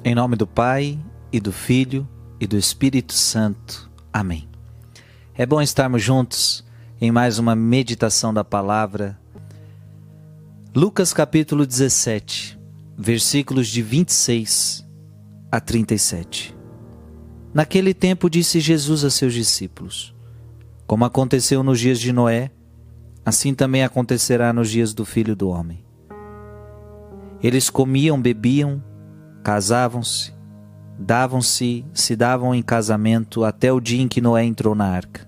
Em nome do Pai, e do Filho, e do Espírito Santo. Amém. É bom estarmos juntos em mais uma meditação da palavra. Lucas capítulo 17, versículos de 26 a 37. Naquele tempo disse Jesus a seus discípulos: como aconteceu nos dias de Noé, assim também acontecerá nos dias do Filho do Homem. Eles comiam, bebiam, casavam-se, se davam em casamento até o dia em que Noé entrou na arca.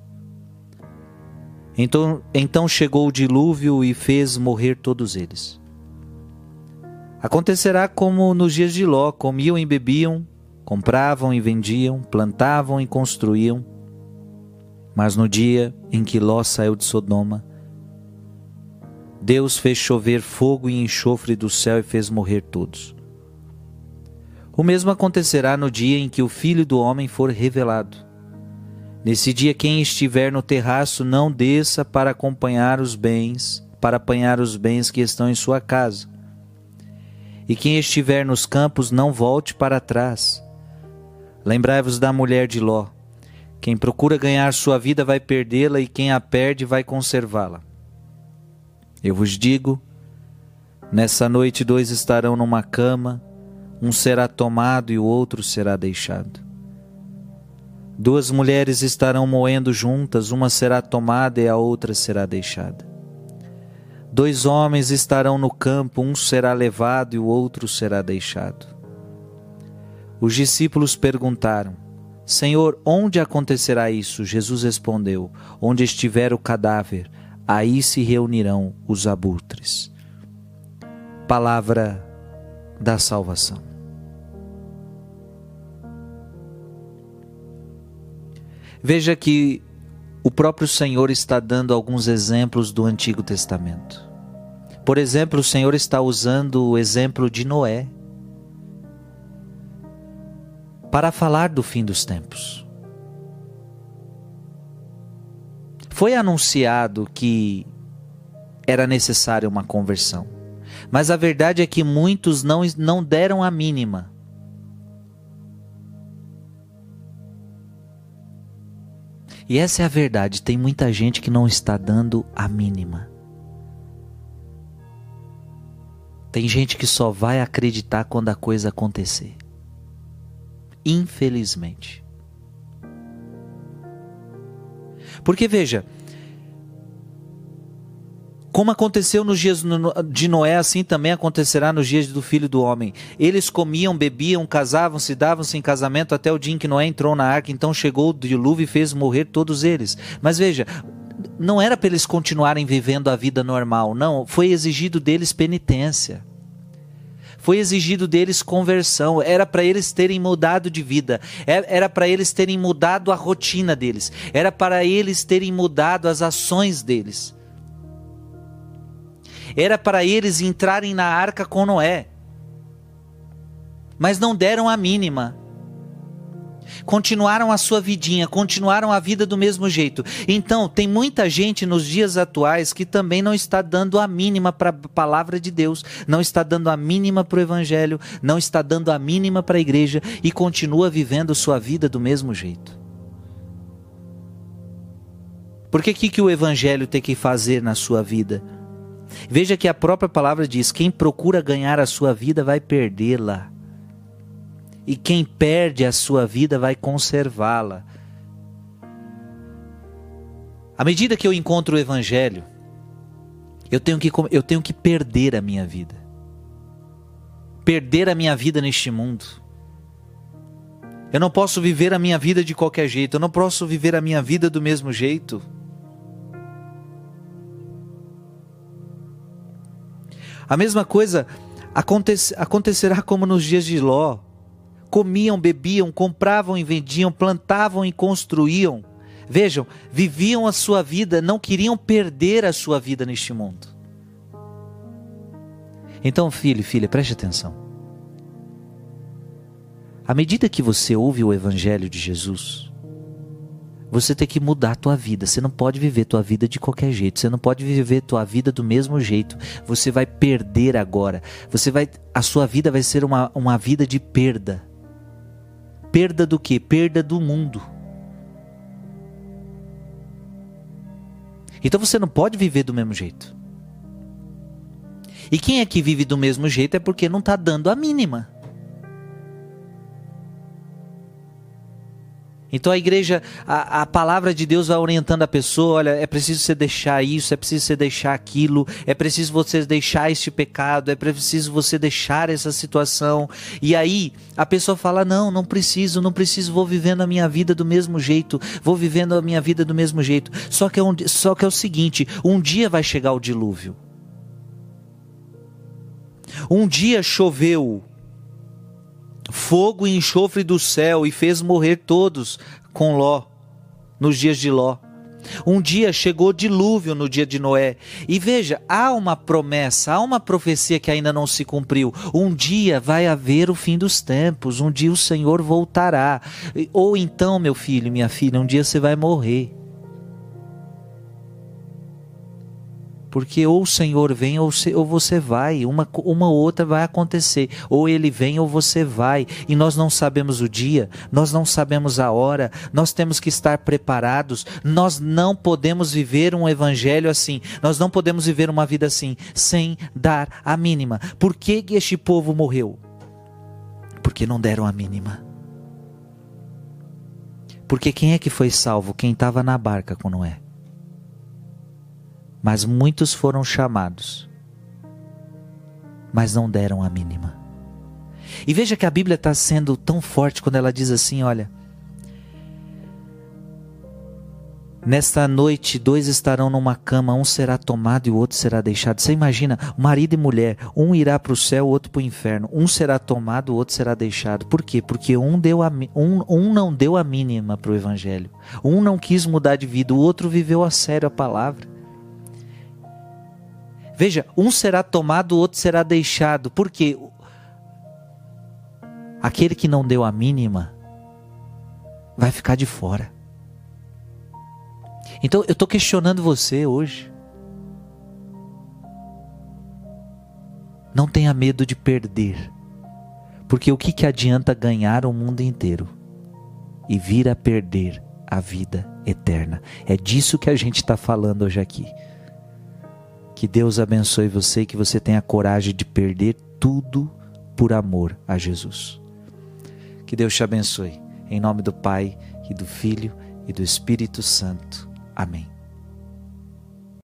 Então chegou o dilúvio e fez morrer todos eles. Acontecerá como nos dias de Ló: comiam e bebiam, compravam e vendiam, plantavam e construíam. Mas no dia em que Ló saiu de Sodoma, Deus fez chover fogo e enxofre do céu e fez morrer todos. O mesmo acontecerá no dia em que o Filho do Homem for revelado. Nesse dia, quem estiver no terraço não desça para apanhar os bens que estão em sua casa. E quem estiver nos campos não volte para trás. Lembrai-vos da mulher de Ló. Quem procura ganhar sua vida vai perdê-la, e quem a perde vai conservá-la. Eu vos digo, nessa noite 2 estarão numa cama, um será tomado e o outro será deixado. 2 mulheres estarão moendo juntas, uma será tomada e a outra será deixada. 2 homens estarão no campo, um será levado e o outro será deixado. Os discípulos perguntaram: Senhor, onde acontecerá isso? Jesus respondeu: onde estiver o cadáver, aí se reunirão os abutres. Palavra da salvação. Veja que o próprio Senhor está dando alguns exemplos do Antigo Testamento. Por exemplo, o Senhor está usando o exemplo de Noé para falar do fim dos tempos. Foi anunciado que era necessária uma conversão, mas a verdade é que muitos não deram a mínima. E essa é a verdade, tem muita gente que não está dando a mínima. Tem gente que só vai acreditar quando a coisa acontecer. Infelizmente. Porque veja, como aconteceu nos dias de Noé, assim também acontecerá nos dias do Filho do Homem. Eles comiam, bebiam, casavam-se, davam-se em casamento até o dia em que Noé entrou na arca. Então chegou o dilúvio e fez morrer todos eles. Mas veja, não era para eles continuarem vivendo a vida normal, não. Foi exigido deles penitência. Foi exigido deles conversão, era para eles terem mudado de vida, era para eles terem mudado a rotina deles, era para eles terem mudado as ações deles. Era para eles entrarem na arca com Noé, mas não deram a mínima. Continuaram a sua vidinha, continuaram a vida do mesmo jeito. Então, tem muita gente nos dias atuais que também não está dando a mínima para a palavra de Deus, não está dando a mínima para o Evangelho, não está dando a mínima para a igreja e continua vivendo sua vida do mesmo jeito. Porque o que o Evangelho tem que fazer na sua vida? Veja que a própria palavra diz: quem procura ganhar a sua vida vai perdê-la. E quem perde a sua vida vai conservá-la. À medida que eu encontro o Evangelho, eu tenho que perder a minha vida. Perder a minha vida neste mundo. Eu não posso viver a minha vida de qualquer jeito. Eu não posso viver a minha vida do mesmo jeito. A mesma coisa acontecerá como nos dias de Ló. Comiam, bebiam, compravam e vendiam, plantavam e construíam. Vejam, viviam a sua vida, não queriam perder a sua vida neste mundo. Então, filho e filha, preste atenção. À medida que você ouve o Evangelho de Jesus, você tem que mudar a tua vida. Você não pode viver tua vida de qualquer jeito. Você não pode viver tua vida do mesmo jeito. Você vai perder agora. A sua vida vai ser uma vida de perda. perda do quê? Perda do mundo. Então você não pode viver do mesmo jeito. E quem é que vive do mesmo jeito é porque não está dando a mínima. Então a igreja, a palavra de Deus vai orientando a pessoa, olha, é preciso você deixar isso, é preciso você deixar aquilo, é preciso você deixar este pecado, é preciso você deixar essa situação. E aí a pessoa fala, não preciso, vou vivendo a minha vida do mesmo jeito, Só que é o seguinte, um dia vai chegar o dilúvio. Um dia choveu fogo e enxofre do céu e fez morrer todos com Ló, nos dias de Ló. Um dia chegou dilúvio no dia de Noé. E veja, há uma promessa, há uma profecia que ainda não se cumpriu. Um dia vai haver o fim dos tempos, um dia o Senhor voltará. Ou então, meu filho, minha filha, um dia você vai morrer. Porque ou o Senhor vem ou você vai, uma ou outra vai acontecer, ou Ele vem ou você vai, e nós não sabemos o dia, nós não sabemos a hora, nós temos que estar preparados, nós não podemos viver um evangelho assim, nós não podemos viver uma vida assim, sem dar a mínima. Por que este povo morreu? Porque não deram a mínima. Porque quem é que foi salvo? Quem estava na barca com Noé. Mas muitos foram chamados, mas não deram a mínima. E veja que a Bíblia está sendo tão forte quando ela diz assim, olha, nesta noite 2 estarão numa cama, um será tomado e o outro será deixado. Você imagina, marido e mulher, um irá para o céu, o outro para o inferno. Um será tomado, o outro será deixado. Por quê? Porque um não deu a mínima para o evangelho. Um não quis mudar de vida, o outro viveu a sério a palavra. Veja, um será tomado, o outro será deixado. Por quê? Aquele que não deu a mínima vai ficar de fora. Então eu estou questionando você hoje. Não tenha medo de perder. Porque o que adianta ganhar o mundo inteiro e vir a perder a vida eterna? É disso que a gente está falando hoje aqui. Que Deus abençoe você e que você tenha coragem de perder tudo por amor a Jesus. Que Deus te abençoe. Em nome do Pai, e do Filho, e do Espírito Santo. Amém.